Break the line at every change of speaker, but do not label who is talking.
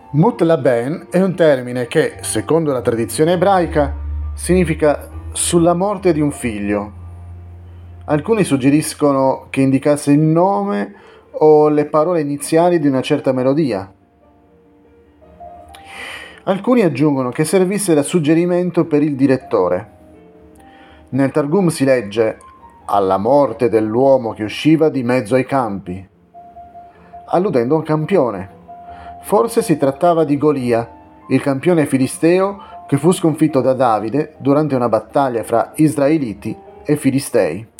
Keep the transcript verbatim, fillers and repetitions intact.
Mutlaben è un termine che, secondo la tradizione ebraica, significa sulla morte di un figlio. Alcuni suggeriscono che indicasse il nome o le parole iniziali di una certa melodia. Alcuni aggiungono che servisse da suggerimento per il direttore. Nel Targum si legge «alla morte dell'uomo che usciva di mezzo ai campi», alludendo a un campione. Forse si trattava di Golia, il campione filisteo che fu sconfitto da Davide durante una battaglia fra Israeliti e Filistei.